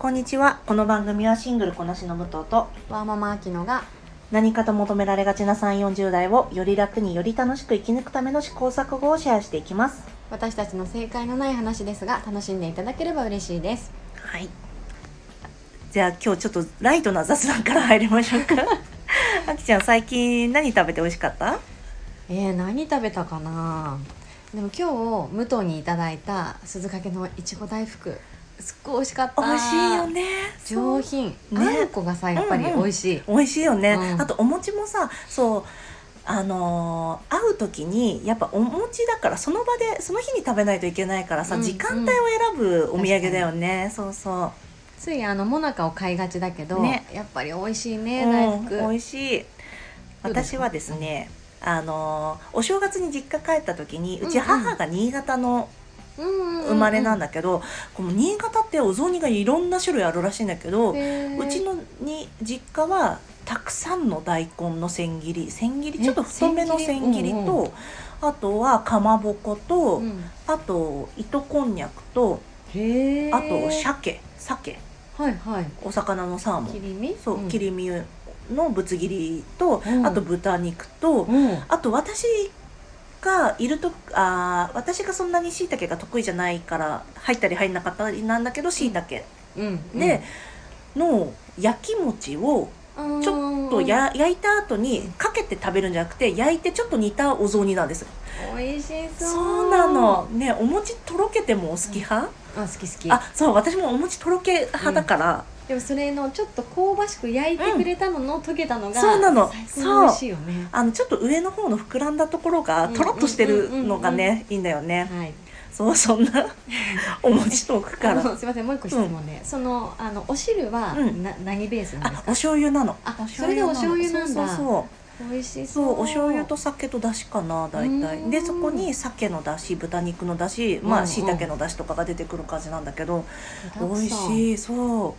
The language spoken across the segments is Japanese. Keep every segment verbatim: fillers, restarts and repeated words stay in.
こんにちは。この番組はシングルこなしの武藤とワーママアキノが何かと求められがちなさんじゅう、よんじゅう代をより楽により楽しく生き抜くための試行錯誤をシェアしていきます。 私たちの正解のない話ですが楽しんでいただければ嬉しいです。 はい。じゃあ今日ちょっとライトな雑談から入りましょうか。あきちゃん最近何食べて美味しかった？ えー、何食べたかな。でも今日武藤にいただいた鈴懸のいちご大福すっごい美味しかった。 美味しいよね。 上品、 ね、 あんこがさやっぱり美味しい、 うんうん、美味しいよね、 うん、 あとお餅もさ、そうあのー、会う時にやっぱお餅だからその場でその日に食べないといけないからさ、うんうん、時間帯を選ぶお土産だよね。そうそう、 ついあのモナカを買いがちだけど、ね、やっぱり美味しいね、大福、 うん、美味しい。私はですね、うん、あのー、お正月に実家帰った時にうち母が新潟の生まれなんだけど、うんうんうん、この新潟ってお雑煮がいろんな種類あるらしいんだけど、うちのに実家はたくさんの大根の千切り千切りちょっと太めの千切りと、うんうん、あとはかまぼこと、うん、あと糸こんにゃくと、へあと鮭鮭、はいはい、お魚のサーモン、切り身、そう、うん、切り身のぶつ切りと、うん、あと豚肉と、うん、あと私がいるとあ私がそんなに椎茸が得意じゃないから入ったり入んなかったりなんだけど椎茸、うんうん、での焼き餅をちょっとや焼いた後にかけて食べるんじゃなくて焼いてちょっと煮たお雑煮なんです。 美味しそう。 そうなのね。お餅とろけてもお好き派？ うん、あ好き好き。 あ、そう、私もお餅とろけ派だから、 うん、でもそれのちょっと香ばしく焼いてくれたのの、うん、溶けたのがそうなの。 最高に美味しいよね。 あのちょっと上の方の膨らんだところがとろっとしてるのがね、いいんだよね。はい。そう、そんなお餅トークからすいません、もう一個質問で、うん、そのあのお汁は、うん、な何ベースなんですか？ あ、お醤油なの。 あ、それでお醤油なんだ。 そうそうそう、美味しそう。そう、お醤油と酒とだしかな大体で、そこに鮭のだし、豚肉のだし、まあ椎茸のだしとかが出てくる感じなんだけど、うん、美味しい。そう、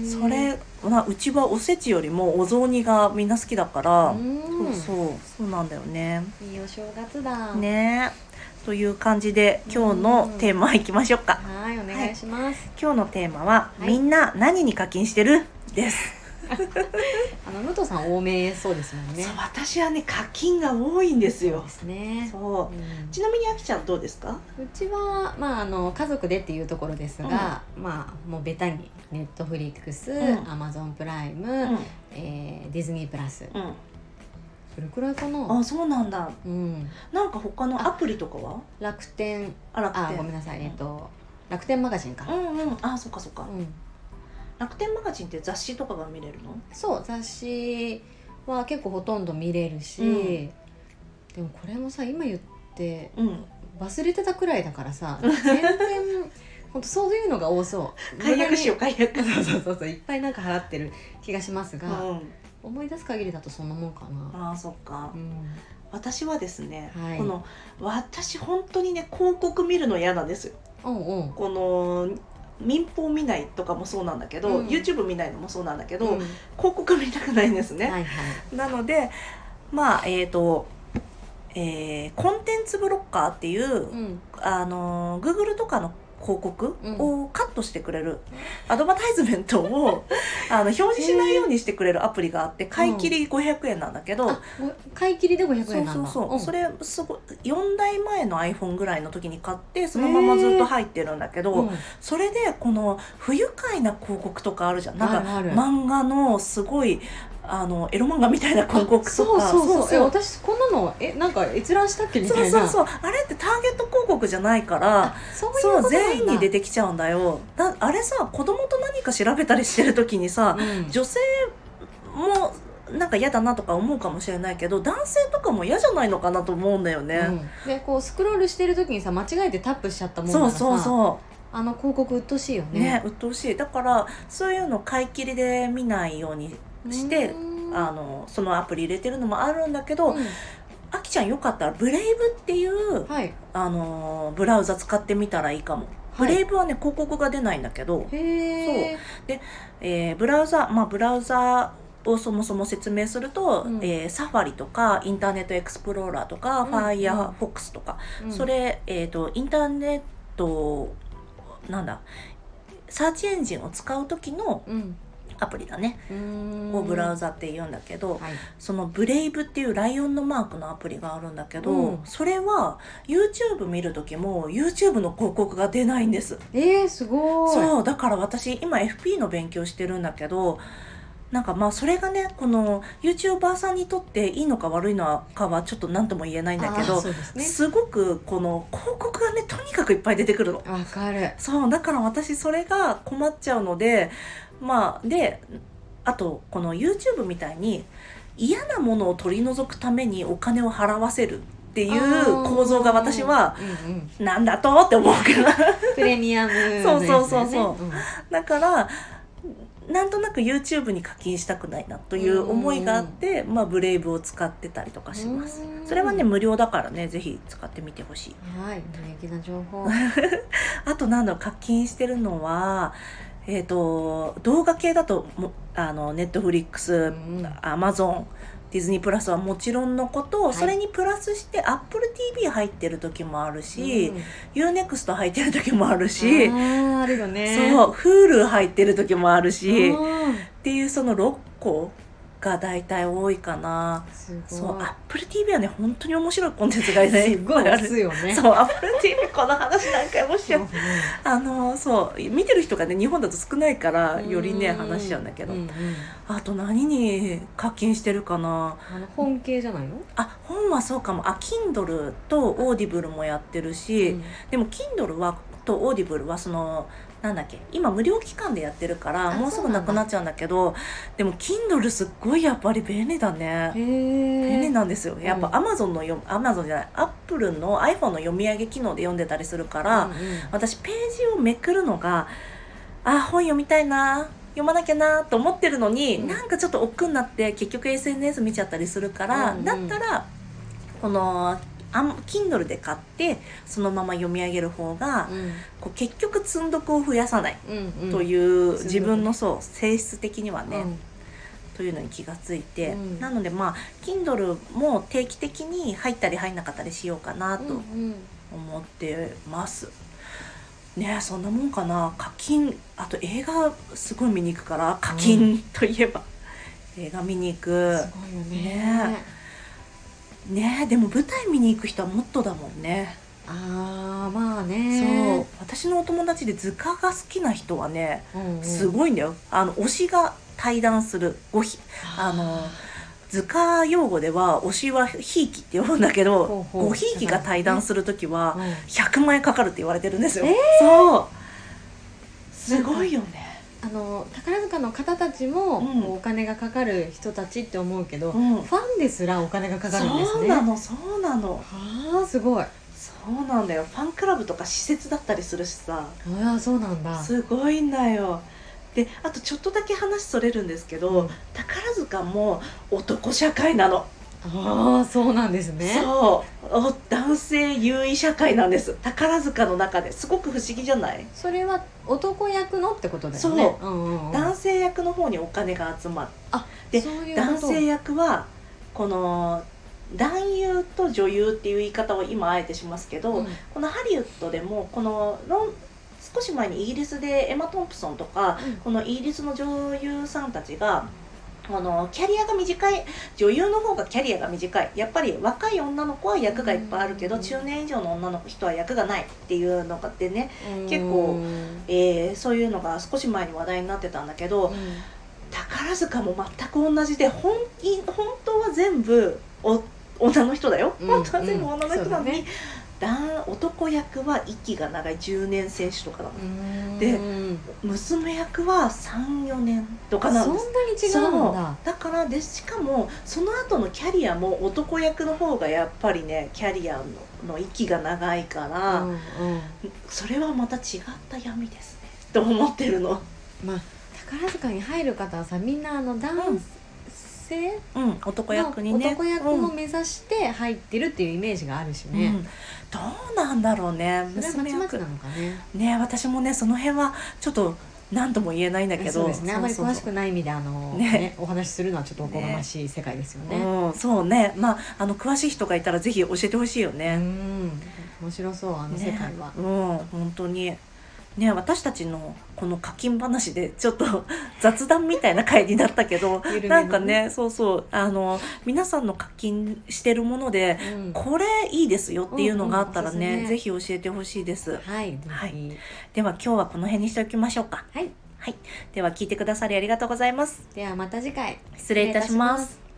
それ、まあ、うちはおせちよりもお雑煮がみんな好きだから、そうそうそうなんだよね。 いいお正月だね。という感じで今日のテーマいきましょうか。 はい、お願いします。はい、 今日のテーマは、はい、みんな何に課金してるです。 あの武藤さん多めそうですもんね。 そう、私はね課金が多いんですよ。 そうですね。 そう、うん、ちなみにあきちゃんどうですか？ うちは、まあ、あの家族でっていうところですが、うん、まあもうベタにネットフリックス、アマゾンプライム、うん、えー、ディズニープラス、うん、それくらいかな。 あ、そうなんだ、 うん、 なんか他のアプリとかは？ 楽天、 あ、楽天、 あ、ごめんなさい、えっと楽天マガジンか。 うんうん、あ、そっかそっか、うん、楽天マガジンって雑誌とかが見れるの？そう、 雑誌は結構ほとんど見れるし、うん、でもこれもさ今言って忘れてたくらいだからさ、うん、全然本当そういうのが多そう。 解約しよう、解約。 そうそうそうそう、いっぱいなんか払ってる気がしますが、うん、思い出す限りだとそんなもんかな。 あ、そっか、うん、私はですね、はい、この私本当にね広告見るの嫌なんですよ。うんうん、この民放見ないとかもそうなんだけど、うん、YouTube 見ないのもそうなんだけど、うん、広告見たくないんですね、はいはい、なのでまあえっとえー、コンテンツブロッカーっていう、うん、あの Google とかの広告をカットしてくれる、うん、アドバタイズメントをあの表示しないようにしてくれるアプリがあって、買い切りごひゃくえんなんだけど、うん、 買い切りでごひゃくえんなんだ。 そうそうそう、うん、それすごよんだいまえの iPhone ぐらいの時に買ってそのままずっと入ってるんだけど、うん、それでこの不愉快な広告とかあるじゃん。なんか漫画のすごいあのエロ漫画みたいな広告とか、 そうそうそうそう、え私こんなのえなんか閲覧したっけみたいな。 そうそうそう、あれってターゲット広告じゃないから、そういうことなんだ。そう、全員に出てきちゃうんだよ。だあれさ、子供と何か調べたりしてる時にさ、うん、女性もなんか嫌だなとか思うかもしれないけど、男性とかも嫌じゃないのかなと思うんだよね、うん、でこうスクロールしてる時にさ間違えてタップしちゃったもんならさ、そうそうそう、あの広告鬱陶しいよね。 ね、鬱陶しい。だからそういうの買い切りで見ないようにしてあのそのアプリ入れてるのもあるんだけど、うん、あきちゃんよかったらブレイブっていう、はい、あのブラウザ使ってみたらいいかも。ブレイブはね広告が出ないんだけど、へそうで、えー、ブラウザまあブラウザをそもそも説明すると、うん、えー、サファリとかインターネットエクスプローラーとか、うん、ファイアフォックスとか、うん、それ、えーと、インターネットなんだサーチエンジンを使う時のアプリだね、 うん、 をブラウザって言うんだけど、 はい、 そのブレイブっていうライオンのマークのアプリがあるんだけど、 うん、 それは YouTube 見る時も YouTube の広告が出ないんです。 えー、すごい。 そうだから私今 エフピー の勉強してるんだけど、なんかまあそれがねこの YouTuber さんにとっていいのか悪いのかはちょっと何とも言えないんだけど、 そうですね、 すごくこの広告がねとにかくいっぱい出てくるの。 わかる。 そうだから私それが困っちゃうので、まあであとこの YouTube みたいに嫌なものを取り除くためにお金を払わせるっていう構造が私はなんだとって思うからプレミアムのやつだよね。 そうそうそうそう、うん、だからなんとなく YouTube に課金したくないなという思いがあって、まあ、ブレイブを使ってたりとかします。それはね無料だからねぜひ使ってみてほしい。 はい、有益な情報あとなんだろう課金してるのはえーと動画系だともあの Netflix、Amazon、ディズニープラスはもちろんのこと、はい、それにプラスして Apple ティービー 入ってる時もあるし、うん、ユーネクスト 入ってる時もあるし、 ああるよね。 そう Hulu 入ってる時もあるしっていうそのろっこが大体多いかな。 すごい。 そう Apple ティービー はね本当に面白いコンテンツがねすごいあるよね。 そう Apple ティービー この話何回もしちゃうあのそう見てる人がね日本だと少ないからよりね話しちゃうんだけど、うんうん、あと何に課金してるかな。 あの本系じゃないの？ あ本はそうかも。あ Kindle と Audible もやってるし、うん、でも Kindle はと Audible はそのなんだっけ今無料期間でやってるからもうすぐなくなっちゃうんだけど、でも Kindle すっごいやっぱり便利だね。便利なんですよ。やっぱ Amazon の読 Amazon じゃない Apple の iPhone の読み上げ機能で読んでたりするから、うんうん、私ページをめくるのがあ本読みたいな読まなきゃなと思ってるのに、うん、なんかちょっと億劫になって結局 エスエヌエス 見ちゃったりするから、うんうん、だったらこのあ Kindle で買ってそのまま読み上げる方が、うん、こう結局積んどくを増やさないという、うんうん、自分のそう性質的にはね、うん、というのに気がついて、うん、なのでまあ Kindle も定期的に入ったり入んなかったりしようかなと思ってます、うんうん、ねえそんなもんかな。課金あと映画すごい見に行くから課金といえば、うん、映画見に行くすごいよね。 ねねえでも舞台見に行く人はもっとだもんね。 あーまあね。 そう私のお友達で図鑑が好きな人はね、うんうん、すごいんだよ。あの推しが対談するごひあの図鑑用語では推しはひいきって呼ぶんだけどほうほうごひいきが対談するときはひゃくまんえんかかるって言われてるんですよ、えー、そうすごいよね。 あの宝塚の方たちも、うん、お金がかかる人たちって思うけど、うん、ファンですらお金がかかるんですね。 そうなのそうなの。 はあすごい。 そうなんだよ。ファンクラブとか施設だったりするしさ。 ああそうなんだ。 すごいんだよ。であとちょっとだけ話それるんですけど、うん、宝塚も男社会なの。 ああそうなんですね。 そう男性優位社会なんです。宝塚の中ですごく不思議じゃない？ それは男役のってことだよね。 そう、うんうんうん、男性役の方にお金が集まる。 あでそういう男性役はこの男優と女優っていう言い方を今あえてしますけど、うん、このハリウッドでもこのロン少し前にイギリスでエマ・トンプソンとか、うん、このイギリスの女優さんたちがあのキャリアが短い女優の方がキャリアが短い。やっぱり若い女の子は役がいっぱいあるけど、うん、中年以上の女の人は役がないっていうのがでね、うん、結構、えー、そういうのが少し前に話題になってたんだけど、うん、宝塚も全く同じで 本, 本当は全部お女の人だよ、うん、本当は全部女の人なのに、うん男役はいきが長いじゅうねん選手とかだもん。で娘役は さん,よ 年とかなんです。 そんなに違うんだ。 だからでしかもその後のキャリアも男役の方がやっぱりねキャリア の, の息が長いから、うんうん、それはまた違った闇ですねと思ってるの。 まあ宝塚に入る方はさみんなあのダンス、うんうん、男役にね男役も目指して入ってるっていうイメージがあるしね、うん、 どうなんだろうね。 それはまちまちなのかね。 ね私もねその辺はちょっと何とも言えないんだけど。 そうですね。あまり詳しくない意味であの、ねね、お話しするのはちょっとおこがましい世界ですよね。ねうん、そうね。まああの詳しい人がいたらぜひ教えてほしいよね。 うん面白そうあの世界は、 ね、うん本当に。 ね、私たちのこの課金話でちょっと雑談みたいな回になったけどなんかね、そうそうあの皆さんの課金してるもので、うん、これいいですよっていうのがあったらね、うんうん、ぜひ教えてほしいです。 はい、 はい、では今日はこの辺にしておきましょうか。 はい、 はい、では聞いてくださりありがとうございます。 ではまた次回失礼いたします。